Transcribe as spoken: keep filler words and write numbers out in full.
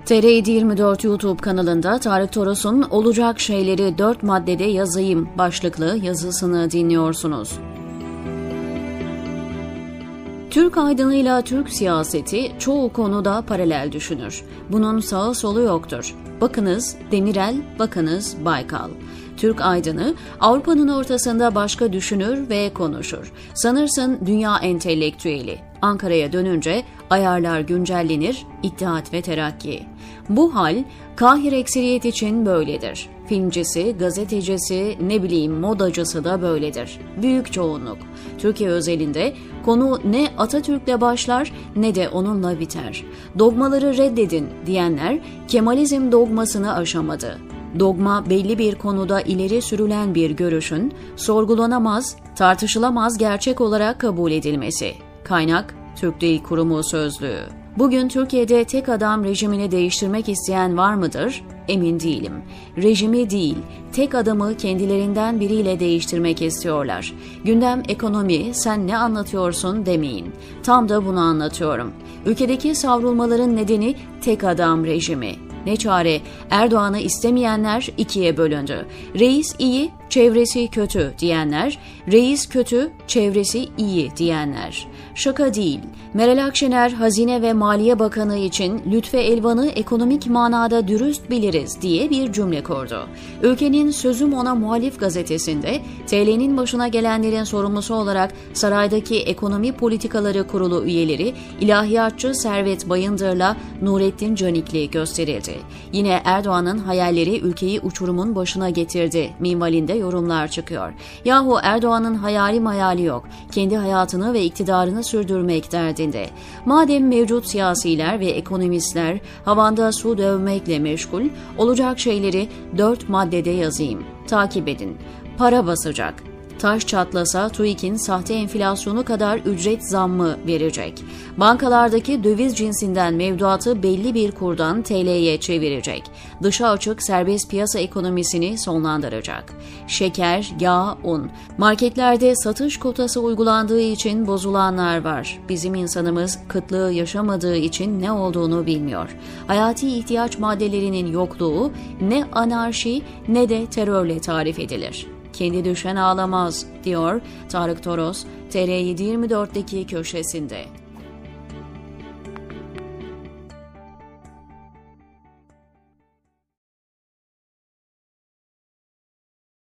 T R yedi yirmi dört YouTube kanalında Tarık Toros'un "Olacak şeyleri dört maddede yazayım" başlıklı yazısını dinliyorsunuz. Türk aydınıyla Türk siyaseti çoğu konuda paralel düşünür. Bunun sağı solu yoktur. Bakınız Demirel, bakınız Baykal. Türk aydını Avrupa'nın ortasında başka düşünür ve konuşur. Sanırsın dünya entelektüeli. Ankara'ya dönünce ayarlar güncellenir, İttihat ve Terakki. Bu hal Kahir ekseriyet için böyledir. Filmcisi, gazetecisi, ne bileyim modacısı da böyledir. Büyük çoğunluk. Türkiye özelinde konu ne Atatürk'le başlar ne de onunla biter. Dogmaları reddedin diyenler Kemalizm dogmasını aşamadı. Dogma belli bir konuda ileri sürülen bir görüşün sorgulanamaz, tartışılamaz gerçek olarak kabul edilmesi. Kaynak Türk Dil Kurumu Sözlüğü. Bugün Türkiye'de tek adam rejimini değiştirmek isteyen var mıdır? Emin değilim. Rejimi değil, tek adamı kendilerinden biriyle değiştirmek istiyorlar. Gündem ekonomi, sen ne anlatıyorsun demeyin. Tam da bunu anlatıyorum. Ülkedeki savrulmaların nedeni tek adam rejimi. Ne çare, Erdoğan'ı istemeyenler ikiye bölündü. Reis iyi, çevresi kötü diyenler, reis kötü, çevresi iyi diyenler. Şaka değil. Meral Akşener, Hazine ve Maliye Bakanı için Lütfü Elvan'ı ekonomik manada dürüst biliriz diye bir cümle kurdu. Ülkenin Sözüm Ona Muhalif gazetesinde T L'nin başına gelenlerin sorumlusu olarak saraydaki Ekonomi Politikaları Kurulu üyeleri ilahiyatçı Servet Bayındır'la Nurettin Canikli gösterildi. Yine Erdoğan'ın hayalleri ülkeyi uçurumun başına getirdi minvalinde yorumlar çıkıyor. Yahu Erdoğan'ın hayali mayali yok. Kendi hayatını ve iktidarını sürdürmek derdinde. Madem mevcut siyasiler ve ekonomistler havanda su dövmekle meşgul, olacak şeyleri dört maddede yazayım. Takip edin. Para basacak. Taş çatlasa TÜİK'in sahte enflasyonu kadar ücret zammı verecek. Bankalardaki döviz cinsinden mevduatı belli bir kurdan T L'ye çevirecek. Dışa açık serbest piyasa ekonomisini sonlandıracak. Şeker, yağ, un. Marketlerde satış kotası uygulandığı için bozulanlar var. Bizim insanımız kıtlığı yaşamadığı için ne olduğunu bilmiyor. Hayati ihtiyaç maddelerinin yokluğu ne anarşi ne de terörle tarif edilir. Kendi düşen ağlamaz, diyor Tarık Toros, T R yedi yirmi dört'teki köşesinde.